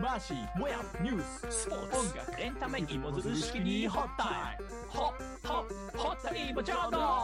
マーシー、もやニュース、スポーツ、音楽、エンタメ、芋づる式にホッタイム、ホッタイムジャーナル。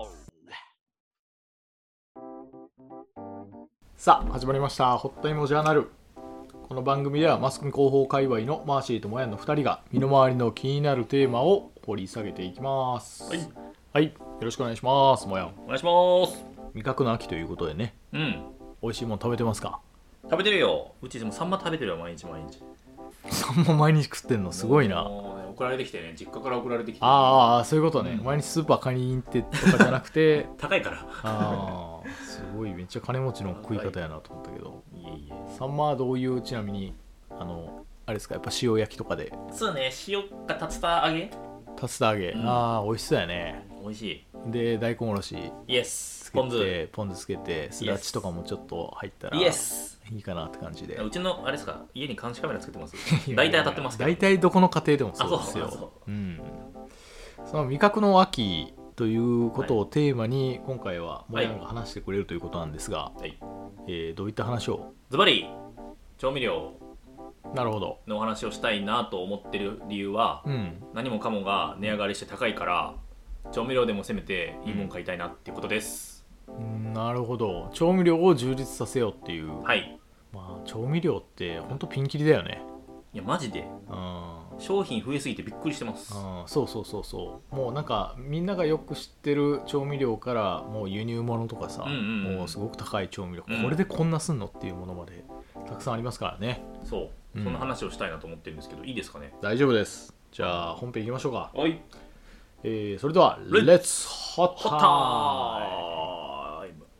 さあ始まりましたホッタイモジャーナル。この番組ではマスコミ広報界隈のマーシーともやんの2人が身の回りの気になるテーマを掘り下げていきます。はい、よろしくお願いします。もやん、 お願いします。 味覚の秋ということでね、美味しいもの食べてますか？ 食べてるよ。うちでもサンマ食べてるよ、毎日。 サンマ毎日食ってんのすごいな。 送られてきてね、実家から送られてきて。 ああ、そういうことね、毎日スーパー買いに行ってとかじゃなくて高いから。 ああ、すごいめっちゃ金持ちの食い方やなと思ったけど。 いえ。 サンマはどういう、ちなみにあれですか、やっぱ塩焼きとかで？ そうね、塩か竜田揚げ。 竜田揚げ、ああ美味しそうやね。 美味しい。 で大根おろしイエス。 つけてポン酢つけてすだちとかもちょっと入ったらイエスいいかなって感じで。 うちのあれですか、家に監視カメラつけてます。大体当たってますけど。 大体どこの家庭でもそうですよ。その味覚の秋ということをテーマに、今回はもやんが話してくれるということなんですが、どういった話を？ ズバリ調味料なるほどのお話をしたいなと思ってる理由は、何もかもが値上がりして高いから、調味料でもせめていいもん買いたいなっていうことです。 なるほど、調味料を充実させようっていう。 はい。 まあ調味料ってほんとピンキリだよね。 いやマジで、商品増えすぎてびっくりしてます。 そうもうなんかみんながよく知ってる調味料から、もう輸入物とかさ、もうすごく高い調味料、これでこんなすんのっていうものまでたくさんありますからね。 そんな話をしたいなと思ってるんですけど、いいですかね？ 大丈夫です。じゃあ本編いきましょうか。 はい。 それではレッツホッタイム。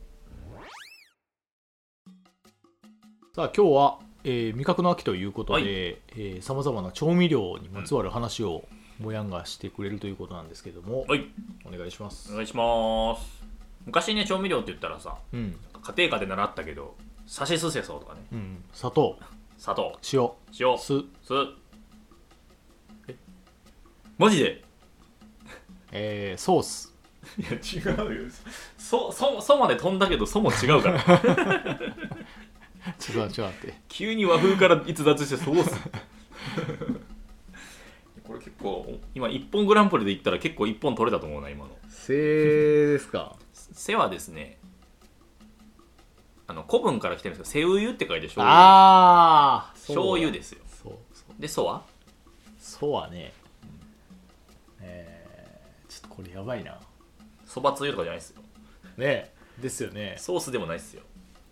さあ今日は、味覚の秋ということで、さまざまな調味料にまつわる話をもやんがしてくれるということなんですけども、お願いします。 お願いします。昔ね、調味料って言ったらさ、家庭科で習ったけど、さしすせそとかね、 砂糖、塩、酢。 マジで？ ソース。 いや違うよ。そまで飛んだけど、そも違うから。 ちょっと待って。 急に和風から逸脱してソース。これ結構今一本グランプリで言ったら結構一本取れたと思うな、今の。 せですか？ せはですね、古文から来てるんですけど、せうゆって書いて醤油。醤油ですよ。で、そは？ そはね、ちょっとこれやばいな。 そばつゆとかじゃないですよね。ですよね。 ソースでもないですよ。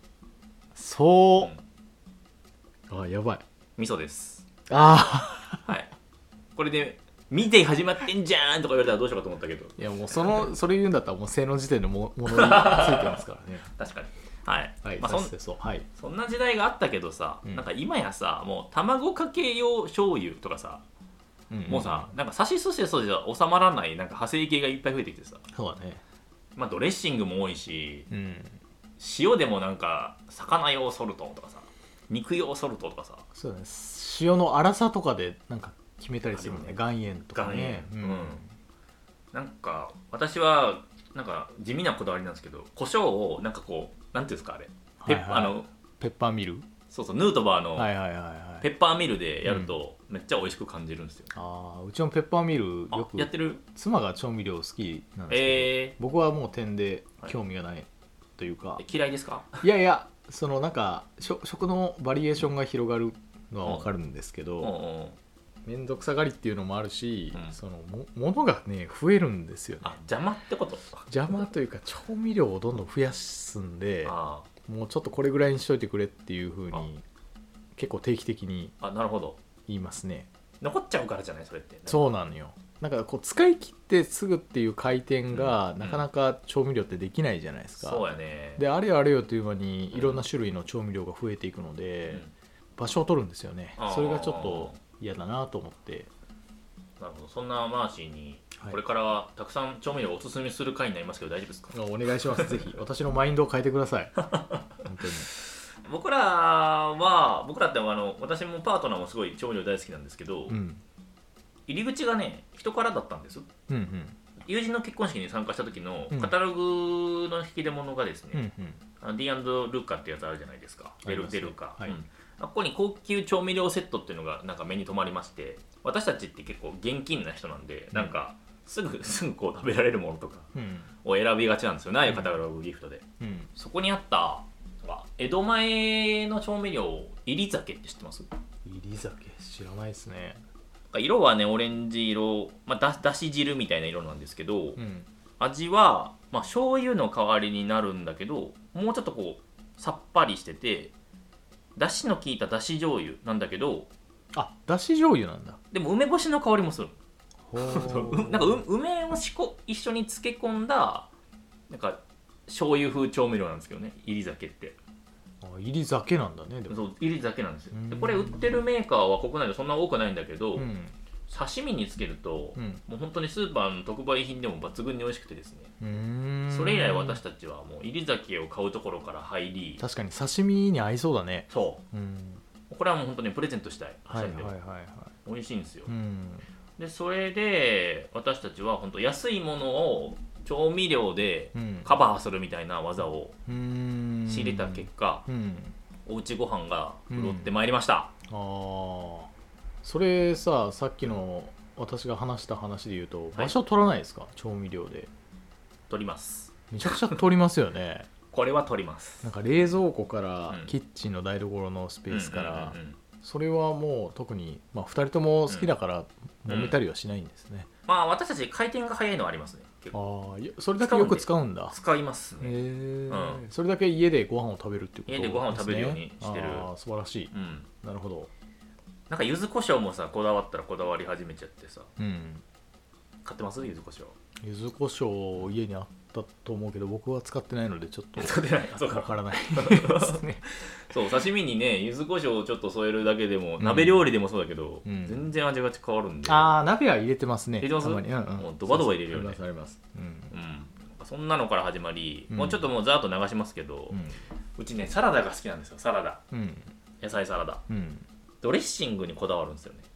やばい。 味噌です。 はい。 これで見て始まってんじゃーんとか言われたらどうしようかと思ったけど、 いやもうそれ言うんだったらもう正の時点でものについてますからね。 確かに。はい。そんな時代があったけどさ、なんか今やさ、もう卵かけ用醤油とかさ、もうさ、なんかさしすせそじゃ収まらないなんか派生系がいっぱい増えてきてさ。 そうだね。 まあドレッシングも多いし、塩でもなんか魚用ソルトとかさ、肉用ソルトとかさ。 そうだね。塩の粗さとかでなんか決めたりするもんね。岩塩とかね。 なんか私はなんか地味なこだわりなんですけど、胡椒をなんかこう、なんていうんですかあれ、 ペッパーミル。 そうヌートバーのペッパーミルでやるとめっちゃ美味しく感じるんですよ。 うちもペッパーミルよくやってる。 妻が調味料好きなんですけど、僕はもう点で興味がないというか。 嫌いですか？ いやそのなんか食のバリエーションが広がるのは分かるんですけど、面倒くさがりっていうのもあるし、その物がね増えるんですよね。 邪魔ってこと？ 邪魔というか調味料をどんどん増やすんで、もうちょっとこれぐらいにしといてくれっていう風に結構定期的に言いますね。 残っちゃうからじゃないそれって。 そうなのよ。なんかこう使い切ってすぐっていう回転がなかなか調味料ってできないじゃないですか。 そうやね。 であれよという間にいろんな種類の調味料が増えていくので、場所を取るんですよね。それがちょっと嫌だなと思って。 なるほど。そんなマーシーにこれからはたくさん調味料をおすすめする回になりますけど大丈夫ですか？ お願いします。ぜひ私のマインドを変えてください。本当に。 僕らって私もパートナーもすごい調味料大好きなんですけど、入り口がね人からだったんです。友人の結婚式に参加した時のカタログの引き出物がですね、ディ&ルカってやつあるじゃないですか。デルカ、 ここに高級調味料セットっていうのがなんか目に留まりまして、私たちって結構現金な人なんで、なんかすぐこう食べられるものとかを選びがちなんですよね、ああいうカタログギフトで、そこにあった江戸前の調味料入り酒って知ってます？ 入り酒知らないですね。 色はねオレンジ色、だし汁みたいな色なんですけど、味は、醤油の代わりになるんだけど、もうちょっとこうさっぱりしてて、だしの効いただし醤油なんだけど、 あ、だし醤油なんだ。 でも梅干しの香りもする。なんか梅を一緒に漬け込んだなんか醤油風調味料なんですけどね、入り酒って。 入り酒なんだね。でもそう入り酒なんですよ。でこれ売ってるメーカーは国内でそんな多くないんだけど、刺身につけると、もう本当にスーパーの特売品でも抜群に美味しくてですね、それ以来私たちはもう入り酒を買うところから入り、 確かに刺身に合いそうだね。 そう、これはもう本当にプレゼントしたい。美味しいんですよ。でそれで私たちは本当安いものを調味料でカバーするみたいな技を仕入れた結果、おうちご飯が潤ってまいりました。 それさっきの私が話した話で言うと、場所取らないですか？調味料で取ります。 めちゃくちゃ取りますよね。 これは取ります。 なんか冷蔵庫からキッチンの台所のスペースから、それはもう特に、2人とも好きだから揉めたりはしないんですね。 私たち回転が早いのはありますね。 それだけよく使うんだ。 使いますね。 それだけ家でご飯を食べるっていうことですね。 家でご飯を食べるようにしてる。 素晴らしい。なるほど。 なんか柚子胡椒もさ、こだわったらこだわり始めちゃってさ、買ってます？柚子胡椒。 柚子胡椒家にあったと思うけど、僕は使ってないのでちょっとわからないですね。 そう刺身にね柚子胡椒をちょっと添えるだけでも、鍋料理でもそうだけど、全然味が変わるんで。 鍋は入れてますね。 入れてます？もうドバドバ入れるよね。 あります。 そんなのから始まり、もうちょっともうざーっと流しますけど、うちねサラダが好きなんですよ。サラダ、野菜サラダ、ドレッシングにこだわるんですよね。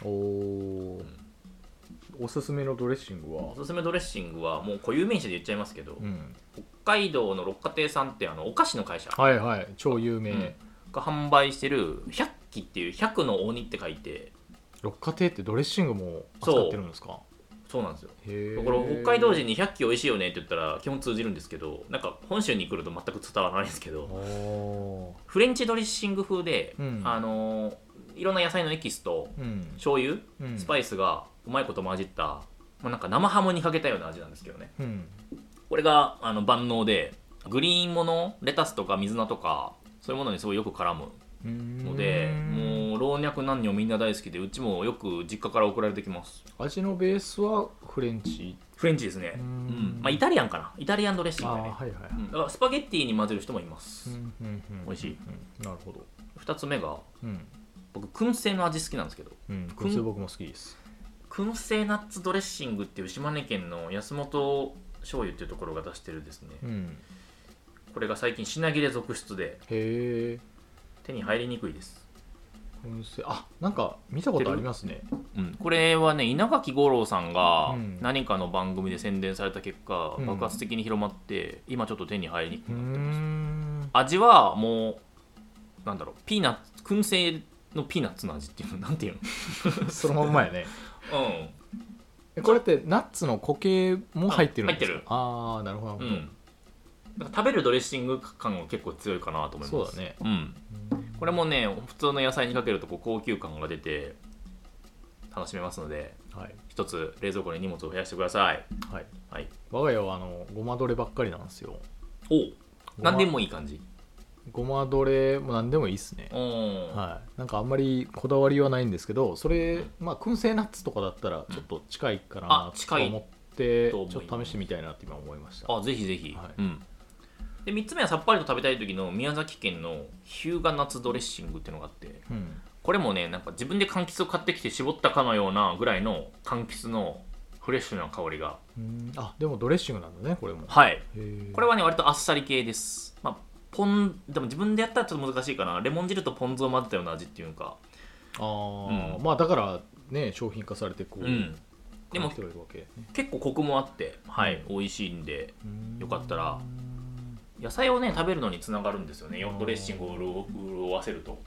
おすすめのドレッシングは？ おすすめドレッシングはもう固有名詞で言っちゃいますけど、北海道の六花亭さんってお菓子の会社、 超有名、 が販売してる百鬼っていう百の鬼って書いて、 六花亭ってドレッシングも扱ってるんですか？ そうなんですよ。だから北海道人に百鬼美味しいよねって言ったら基本通じるんですけど、なんか本州に来ると全く伝わらないんですけど、フレンチドレッシング風で、いろんな野菜のエキスと醤油、スパイスがうまいこと混じった、なんか生ハムにかけたような味なんですけどね、これが万能で、グリーンものレタスとか水菜とかそういうものにすごいよく絡むので、もう老若男女みんな大好きで、うちもよく実家から送られてきます。 味のベースはフレンチですね。イタリアンかな。イタリアンドレッシングね。だからスパゲッティに混ぜる人もいます。美味しい。 なるほど。 2つ目が、僕燻製の味好きなんですけど、 燻製僕も好きです。 燻製ナッツドレッシングっていう島根県の安本醤油っていうところが出してるですね、これが最近品切れ続出で手に入りにくいです。 燻製、なんか見たことありますね。 これはね稲垣吾郎さんが何かの番組で宣伝された結果、爆発的に広まって今ちょっと手に入りにくくなってます。味はもうなんだろう、ピーナッツ、燻製のピーナッツの味っていうのなんていうのそのまんまやね。これってナッツの固形も入ってるんですか？ 入ってる。 なるほど。 なんか食べるドレッシング感が結構強いかなと思います。 そうだね。 これもね普通の野菜にかけると高級感が出て楽しめますので、一つ冷蔵庫に荷物を増やしてください。 我が家はごまどればっかりなんですよ。 何でもいい感じ。 ごまどれも何でもいいですね。なんかあんまりこだわりはないんですけど、それ燻製ナッツとかだったらちょっと近いかなと思ってちょっと試してみたいなって今思いました。 ぜひぜひ。で3つ目はさっぱりと食べたい時の宮崎県の日向夏ドレッシングっていうのがあって、これもねなんか自分で柑橘を買ってきて絞ったかのようなぐらいの柑橘のフレッシュな香りが。 でもドレッシングなんだねこれも。 これはね割とあっさり系です。でも自分でやったらちょっと難しいかな。レモン汁とポン酢を混ぜたような味っていうか。 だからね商品化されてこう、 でも結構コクもあって美味しいんで、よかったら野菜をね食べるのにつながるんですよね、ドレッシングを潤わせると。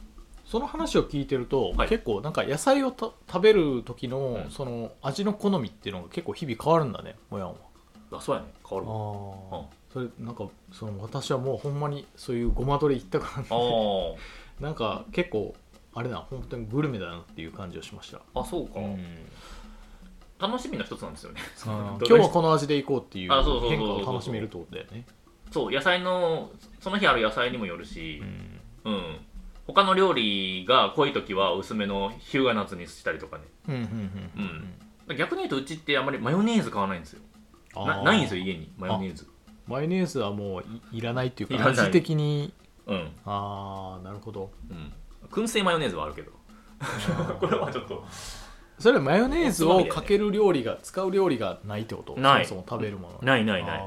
その話を聞いてると、 はい、 結構なんか野菜を食べる時のその味の好みっていうのが結構日々変わるんだね、もやんは。 あ、そうやね、変わるわ。それなんかその私はもうほんまにそういうごまどれ行ったからねなんか結構あれだ、本当にグルメだなっていう感じをしました。 あ、そうか、楽しみの一つなんですよね今日はこの味でいこうっていう変化を楽しめるってことだよね。 そう、野菜のその日ある野菜にもよるし、他の料理が濃い時は薄めの日向夏にしたりとかね。逆に言うとうちってあんまりマヨネーズ買わないんですよ。ないんですよ、家にマヨネーズ。 マヨネーズはもう いらないっていうか、味的に。ああ、なるほど。 燻製マヨネーズはあるけどこれはちょっとそれはマヨネーズをかける料理が、使う料理がないってこと？ ない。 そもそも食べるもの。 ない。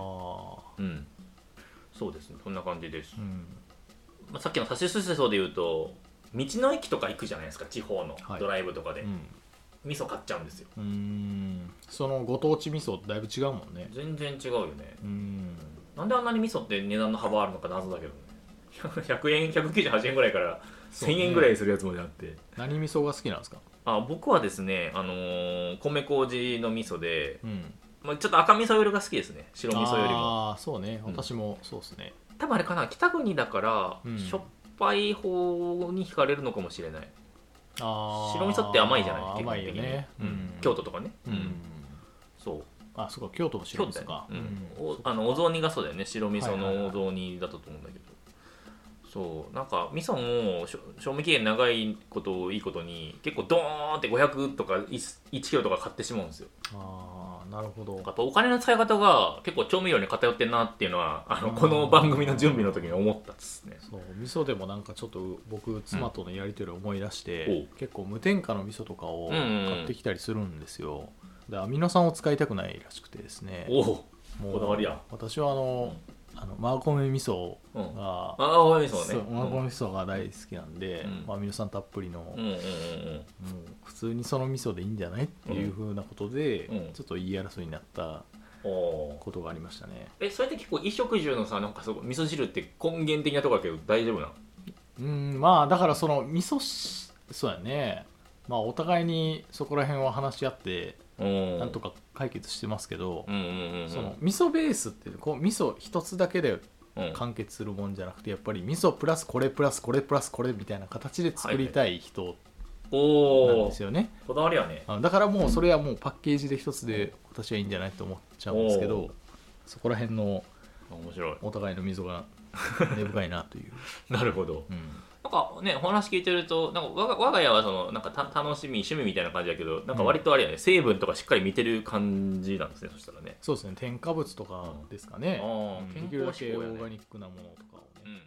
そうですね、そんな感じです。さっきのさしすせそで言うと、道の駅とか行くじゃないですか、地方のドライブとかで、味噌買っちゃうんですよ。 そのご当地味噌だいぶ違うもんね。 全然違うよね。なんであんなに味噌って値段の幅あるのか謎だけどね100円、198円ぐらいから1000円ぐらいするやつもあって、 何味噌が好きなんですか？ 僕はですね、米麹の味噌で、ちょっと赤味噌よりが好きですね、白味噌よりも。 ああ、そうね、私もそうですね。 多分あれかな、北国だから、しょっぱい方に惹かれるのかもしれない。白味噌って甘いじゃない、 甘いよね。 京都とかね。そう。 あ、そうか、京都の白味噌か。 お雑煮がそうだよね、白味噌のお雑煮だったと思うんだけど。そう、なんか味噌も賞味期限長いこといいことに結構ドーンって500とか 1キロとか買ってしまうんですよ。 ああ、なるほど。 やっぱお金の使い方が結構調味料に偏ってんなっていうのはこの番組の準備の時に思ったですね。 そう、味噌でもなんかちょっと僕妻とのやり取りを思い出して、結構無添加の味噌とかを買ってきたりするんですよ。で、アミノ酸を使いたくないらしくてですね。 こだわりや。 私はマーコメ味噌が、 マーコメ味噌が大好きなんで、アミノ酸たっぷりの、もう普通にその味噌でいいんじゃないっていう風なことで、ちょっと言い争いになったことがありましたね。 それって結構衣食住のさ、なんか味噌汁って根源的なところだけど大丈夫なの？まあだからその味噌、そうやね、まあお互いにそこら辺は話し合ってなんとか解決してますけど、その味噌ベースってこう味噌一つだけで完結するもんじゃなくて、やっぱり味噌プラスこれプラスこれプラスこれみたいな形で作りたい人なんですよね。 こだわりはね。 だからもうそれはもうパッケージで一つで私はいいんじゃないと思っちゃうんですけど、そこら辺のお互いの溝が根深いなというなるほど。なんかね、お話聞いてると、なんか我が家はそのなんか楽しみ趣味みたいな感じだけど、なんか割とあれやね、成分とかしっかり見てる感じなんですね。そしたらね。 そうですね、添加物とかですかね。できるだけオーガニックなものとかをね。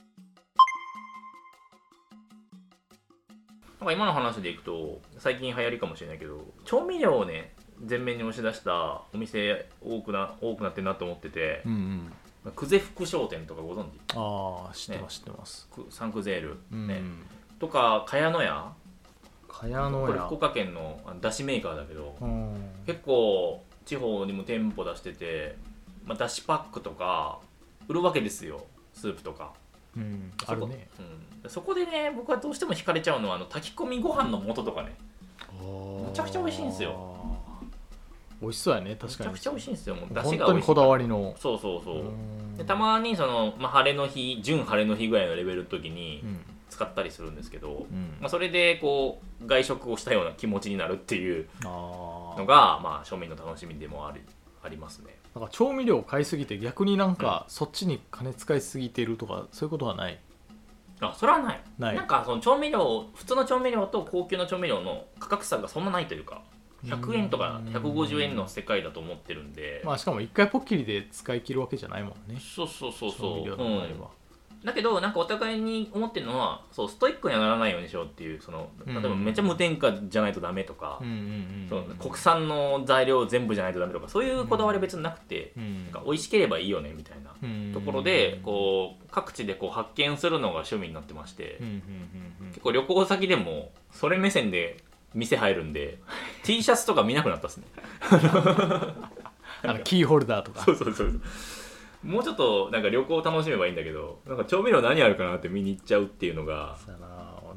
なんか今の話でいくと、最近流行りかもしれないけど、調味料をね前面に押し出したお店多くなってるなと思ってて。久世福商店とかご存知？ ああ、知ってます、知ってます。 サンクゼール、とか茅野屋。 茅野屋、 これ福岡県のだしメーカーだけど、結構地方にも店舗出してて、だしパックとか売るわけですよ、スープとか。 あるね。 そこでね、僕はどうしても惹かれちゃうのは炊き込みご飯の素とかね。めちゃくちゃ美味しいんですよ。 美味しそうやね、確かに。 めちゃくちゃ美味しいんですよ。もう出汁が本当にこだわりの。 そうでたまにその、晴れの日、準晴れの日ぐらいのレベルの時に使ったりするんですけど、それでこう外食をしたような気持ちになるっていうのが庶民の楽しみでもありますね。 だから調味料を買いすぎて逆になんかそっちに金使いすぎてるとか、そういうことはない？ それはない。なんかその調味料、普通の調味料と高級の調味料の価格差がそんなないというか、100円とか150円の世界だと思ってるんで、 しかも1回ポッキリで使い切るわけじゃないもんね。 そうだけどなんかお互いに思ってるのは、ストイックにはならないようにしようっていう、例えばめっちゃ無添加じゃないとダメとか、国産の材料全部じゃないとダメとか、そういうこだわりは別になくて、なんか美味しければいいよねみたいなところで、こう各地でこう発見するのが趣味になってまして、結構旅行先でもそれ目線で店入るんでT シャツとか見なくなったっすねキーホルダーとか。 そうもうちょっとなんか旅行を楽しめばいいんだけど、なんか調味料何あるかなって見に行っちゃうっていうのが。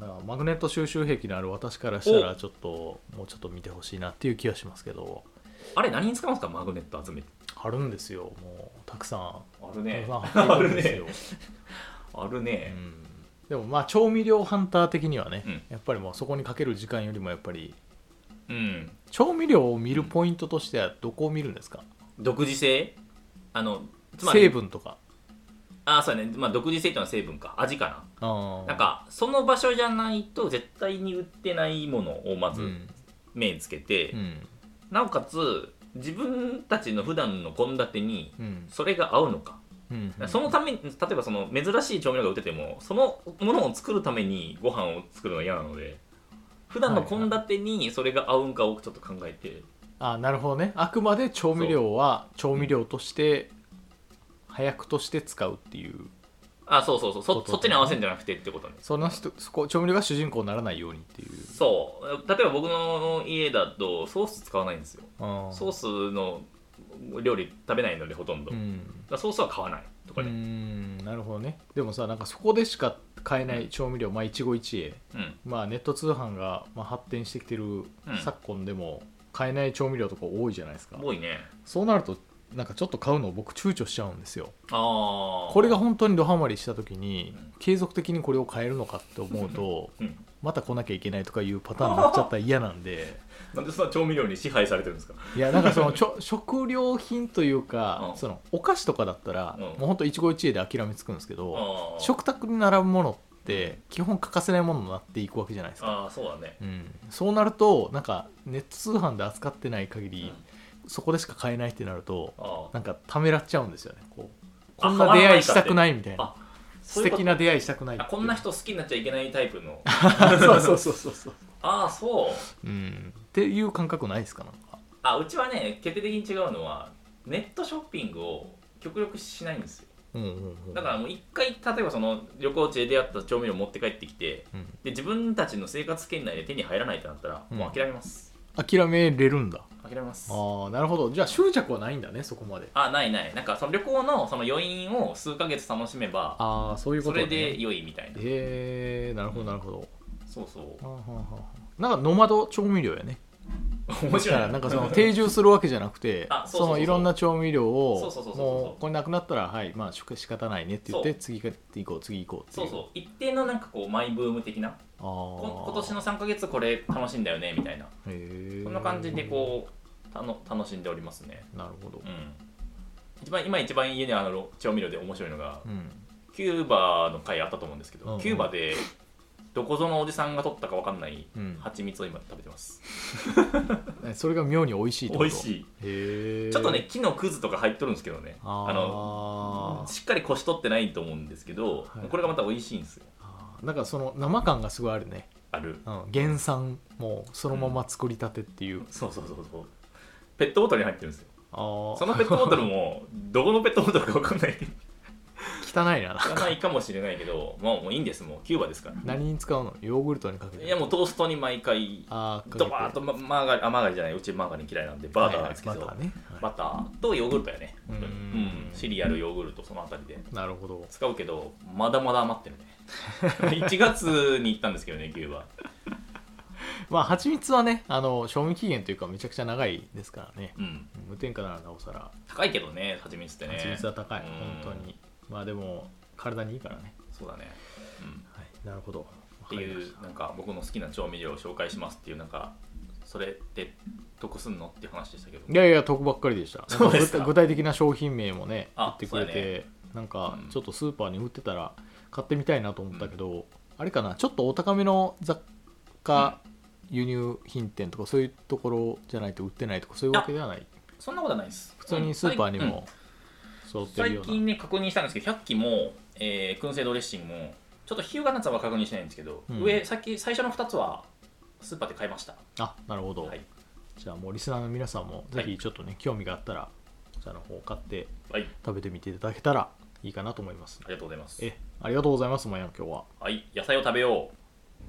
だからマグネット収集癖のある私からしたらちょっともうちょっと見てほしいなっていう気がしますけど。 あれ何に使うんですかマグネット集めて。 あるんですよ、もうたくさんあるね。 あるねあるね、 でもまあ調味料ハンター的にはね、やっぱりもうそこにかける時間よりもやっぱり、調味料を見るポイントとしてはどこを見るんですか？ 独自性、 つまり成分とか。 そうやね、まあ、独自性というのは成分か味かな。なんかその場所じゃないと絶対に売ってないものをまず目つけて、なおかつ自分たちの普段の献立にそれが合うのか、そのために例えばその珍しい調味料が売っててもそのものを作るためにご飯を作るのが嫌なので、普段の献立にそれが合うんかをちょっと考えて、 なるほどね。あくまで調味料は調味料として早くとして使うっていう。 そうそっちに合わせるんじゃなくてってことね。 そこ調味料が主人公にならないようにっていう。 そう例えば僕の家だとソース使わないんですよ。ソースの料理食べないのでほとんど、ソースは買わないとかね。 なるほどね。でもさ、なんかそこでしか買えない調味料、まあ一期一会、まあネット通販が発展してきてる昨今でも買えない調味料とか多いじゃないですか。 多いね。 そうなるとなんかちょっと買うのを僕躊躇しちゃうんですよ。 これが本当にドハマりした時に、継続的にこれを買えるのかって思うと、また来なきゃいけないとかいうパターンになっちゃったら嫌なんでなんでそんな調味料に支配されてるんですか？ いやなんかその食料品というか、そのお菓子とかだったら、もう本当一期一会で諦めつくんですけど、食卓に並ぶものって基本欠かせないものになっていくわけじゃないですか。 そうだね、 そうなるとなんかネット通販で扱ってない限り、そこでしか買えないってなるとなんかためらっちゃうんですよね。こんな出会いしたくないみたいな、素敵な出会いしたくない。 こんな人好きになっちゃいけないタイプのそうそうっていう感覚ないですか？なんかうちはね決定的に違うのはネットショッピングを極力しないんですよ。だからもう一回例えばその旅行地で出会った調味料を持って帰ってきて、で自分たちの生活圏内で手に入らないってなったら、もう諦めます。 諦めれるんだ。 諦めます。 なるほど。じゃあ執着はないんだね、そこまで。 ない。なんかその旅行のその余韻を数ヶ月楽しめば、 そういうことね。 それで良いみたいな。 なるほどなるほど。 そうなんかノマド調味料やね。 面白い。 なんかその定住するわけじゃなくて、そのいろんな調味料をもうこれなくなったらまあ仕方ないねって言って次行こうっていう。 そう一定のなんかこうマイブーム的な。今年の3ヶ月これ楽しんだよねみたいな。そんな感じでこう楽しんでおりますね。 なるほど。 今一番家にある調味料で面白いのが、キューバの回あったと思うんですけど、キューバでどこぞのおじさんが取ったか分かんない蜂蜜を今食べてます。 それが妙に美味しいってこと？ 美味しい。ちょっとね木のくずとか入っとるんですけどね、しっかりこし取ってないと思うんですけど、これがまた美味しいんですよ。 なんかその生感がすごいあるね。 ある。 原産もうそのまま作りたてっていう。 そうペットボトルに入ってるんですよ。そのペットボトルもどこのペットボトルか分かんないけど汚いな。 汚いかもしれないけど、もういいんです。もうキューバですから。 何に使うの？ヨーグルトにかけて？ いやもうトーストに毎回ドバーッとマーガリンじゃない、うちマーガリン嫌いなんでバターなんですけど、バターとヨーグルトやね。シリアルヨーグルトそのあたりでなるほど使うけど、まだまだ余ってるね。1月に行ったんですけどね、キューバ。 まあ蜂蜜はね、賞味期限というかめちゃくちゃ長いですからね。無添加ならなおさら高いけどね、蜂蜜ってね。 蜂蜜は高い、本当に。まあでも体にいいからね。 そうだね。 なるほど。 っていうなんか僕の好きな調味料を紹介しますっていう、なんかそれって得すんのっていう話でしたけど。 いや得ばっかりでした。具体的な商品名もね言ってくれて、なんかちょっとスーパーに売ってたら買ってみたいなと思ったけど、あれかな、ちょっとお高めの雑貨輸入品店とかそういうところじゃないと売ってないとかそういうわけではない。 そんなことはないです。 普通にスーパーにも揃ってるような。 最近ね確認したんですけど、100均も、燻製ドレッシングもちょっと日向夏は確認してないんですけど、最初の2つはスーパーで買いました。 なるほど。じゃあもうリスナーの皆さんもぜひちょっとね、興味があったらこちらの方を買って食べてみていただけたらいいかなと思います。 ありがとうございます。 ありがとうございます。まやん今日は。 野菜を食べよう。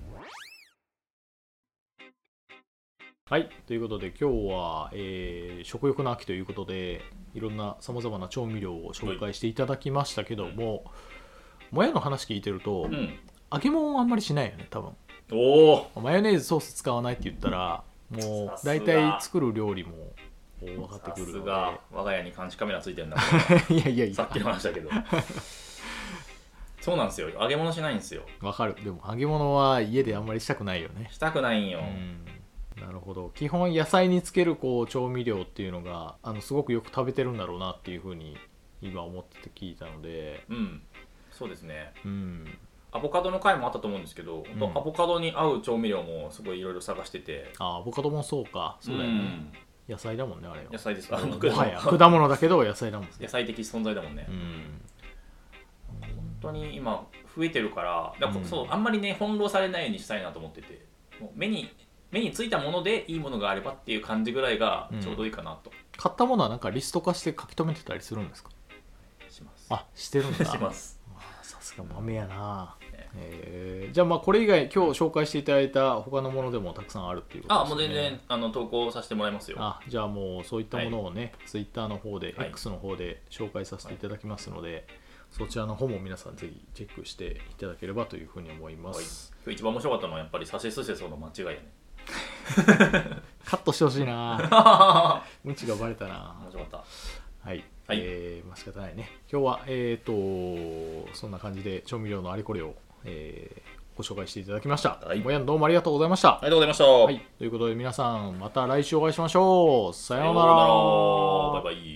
ということで今日は、食欲の秋ということでいろんなさまざまな調味料を紹介していただきましたけども、もやの話聞いてると、揚げ物はあんまりしないよね多分。 おお、 マヨネーズソース使わないって言ったらもう大体作る料理も分かってくるので。 さすが我が家に監視カメラついてるんだいやいやいや、 さっきの話だけどそうなんですよ、揚げ物しないんですよ。 わかる。でも揚げ物は家であんまりしたくないよね。 したくないんよ、 なるほど。基本野菜につけるこう調味料っていうのがすごくよく食べてるんだろうなっていうふうに今思ってて聞いたので、 そうですね。 アボカドの回もあったと思うんですけど、アボカドに合う調味料もすごいいろいろ探してて。 アボカドもそうか、そうだよね、野菜だもんね、あれは。 野菜です。 もはや果物だけど野菜だもんね。 野菜的存在だもんね。本当に今増えてるから、そうあんまりね翻弄されないようにしたいなと思ってて、もう目についたものでいいものがあればっていう感じぐらいがちょうどいいかなと。 買ったものはなんかリスト化して書き留めてたりするんですか？ します。 してるんだ。 します。 さすが豆やな。じゃあこれ以外今日紹介していただいた他のものでもたくさんあるっていうことですね。 もう全然投稿させてもらいますよ。 じゃあもうそういったものをね、Twitter の方で、X の方で紹介させていただきますので、そちらの方も皆さんぜひチェックしていただければというふうに思います。 今日一番面白かったのはやっぱりサシスセソの間違いやね。 カットしてほしいな。無知がバレたな。 面白かった。 はい。仕方ないね。今日はそんな感じで調味料のあれこれをご紹介していただきました。もやんどうもありがとうございました。 ありがとうございました。 ということで皆さんまた来週お会いしましょう。さようなら。 バイバイ。